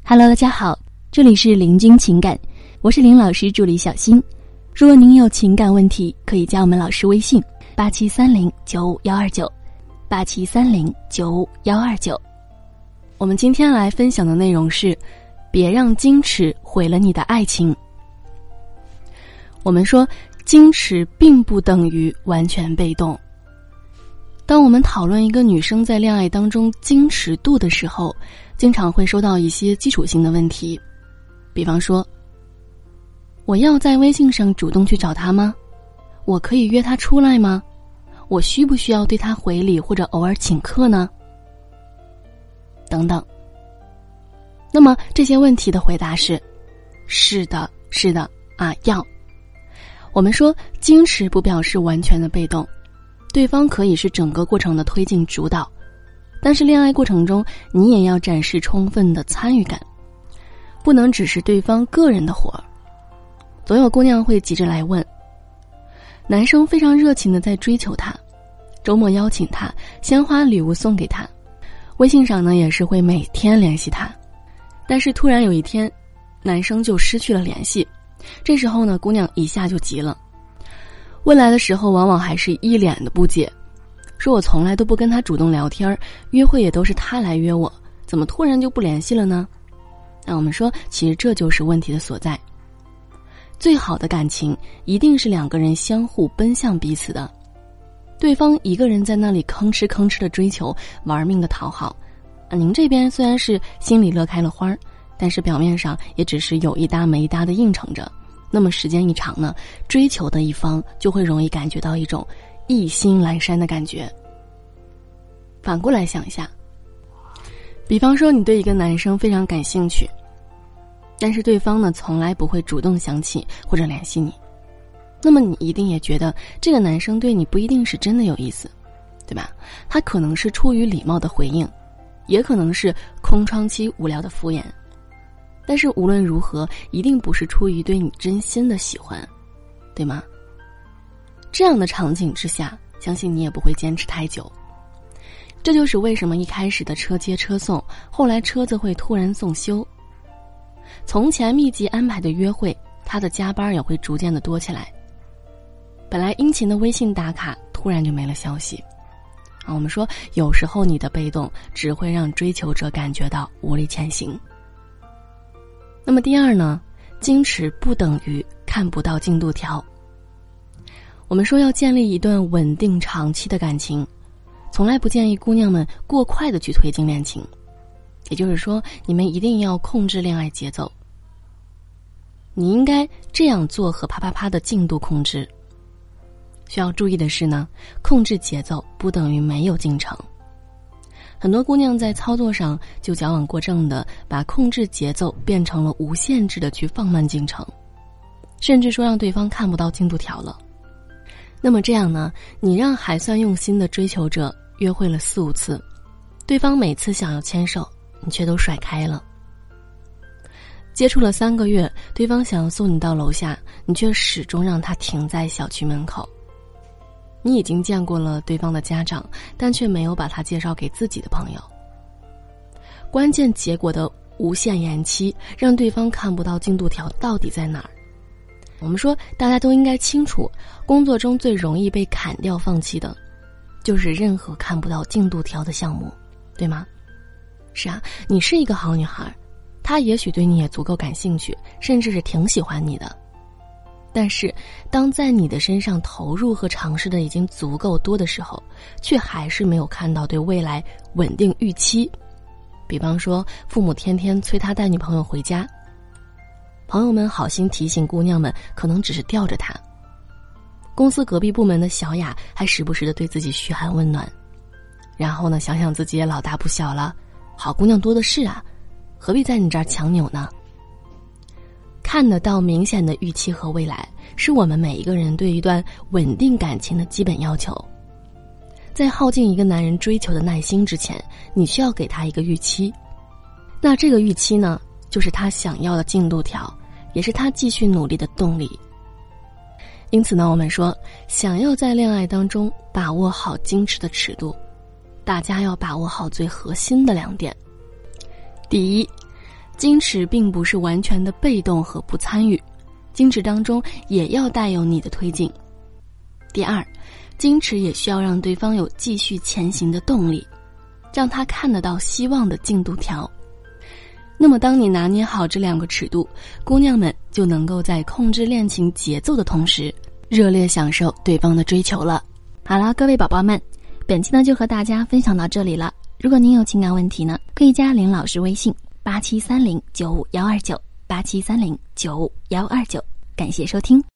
Hello， 大家好，这里是林君情感，我是林老师助理小新。如果您有情感问题，可以加我们老师微信8730-95129，8730-95129。我们今天来分享的内容是：别让矜持毁了你的爱情。我们说，矜持并不等于完全被动。当我们讨论一个女生在恋爱当中矜持度的时候，经常会收到一些基础性的问题，比方说，我要在微信上主动去找他吗？我可以约他出来吗？我需不需要对他回礼或者偶尔请客呢？等等。那么这些问题的回答是：是的啊，要。我们说，矜持不表示完全的被动，对方可以是整个过程的推进主导，但是恋爱过程中你也要展示充分的参与感，不能只是对方个人的活儿。总有姑娘会急着来问，男生非常热情的在追求她，周末邀请她，鲜花礼物送给她，微信上呢也是会每天联系她，但是突然有一天男生就失去了联系，这时候呢姑娘一下就急了，问来的时候往往还是一脸的不解，说我从来都不跟他主动聊天，约会也都是他来约我，怎么突然就不联系了呢？那我们说，其实这就是问题的所在。最好的感情一定是两个人相互奔向彼此的，对方一个人在那里吭哧吭哧的追求，玩命的讨好，您这边虽然是心里乐开了花，但是表面上也只是有一搭没一搭的应承着，那么时间一长呢，追求的一方就会容易感觉到一种意兴阑珊的感觉。反过来想一下，比方说你对一个男生非常感兴趣，但是对方呢从来不会主动想起或者联系你，那么你一定也觉得这个男生对你不一定是真的有意思，对吧？他可能是出于礼貌的回应，也可能是空窗期无聊的敷衍，但是无论如何一定不是出于对你真心的喜欢，对吗？这样的场景之下，相信你也不会坚持太久。这就是为什么一开始的车接车送，后来车子会突然送修。从前密集安排的约会，他的加班也会逐渐的多起来。本来殷勤的微信打卡，突然就没了消息。我们说，有时候你的被动只会让追求者感觉到无力前行。那么第二呢，矜持不等于看不到进度条。我们说要建立一段稳定长期的感情，从来不建议姑娘们过快的去推进恋情，也就是说你们一定要控制恋爱节奏。你应该这样做和啪啪啪的进度控制。需要注意的是呢，控制节奏不等于没有进程。很多姑娘在操作上就矫枉过正的把控制节奏变成了无限制的去放慢进程，甚至说让对方看不到进度条了。那么这样呢，你让还算用心的追求者约会了4-5次，对方每次想要牵手，你却都甩开了。接触了3个月，对方想要送你到楼下，你却始终让他停在小区门口。你已经见过了对方的家长，但却没有把他介绍给自己的朋友。关键结果的无限延期，让对方看不到进度条到底在哪儿。我们说，大家都应该清楚，工作中最容易被砍掉放弃的，就是任何看不到进度条的项目，对吗？是啊，你是一个好女孩，他也许对你也足够感兴趣，甚至是挺喜欢你的。但是当在你的身上投入和尝试的已经足够多的时候，却还是没有看到对未来稳定预期。比方说，父母天天催他带女朋友回家，朋友们好心提醒姑娘们可能只是吊着他，公司隔壁部门的小雅还时不时的对自己嘘寒问暖，然后呢，想想自己也老大不小了，好姑娘多的是啊，何必在你这儿强扭呢？看得到明显的预期和未来，是我们每一个人对一段稳定感情的基本要求。在耗尽一个男人追求的耐心之前，你需要给他一个预期。那这个预期呢，就是他想要的进度条，也是他继续努力的动力。因此呢，我们说，想要在恋爱当中把握好矜持的尺度，大家要把握好最核心的2点。第一， 矜持并不是完全的被动和不参与，矜持当中也要带有你的推进。第二，矜持也需要让对方有继续前行的动力，让他看得到希望的进度条。那么当你拿捏好这2个尺度，姑娘们就能够在控制恋情节奏的同时，热烈享受对方的追求了。好了，各位宝宝们，本期呢就和大家分享到这里了。如果您有情感问题呢，可以加林老师微信8730951129，8730951129。感谢收听。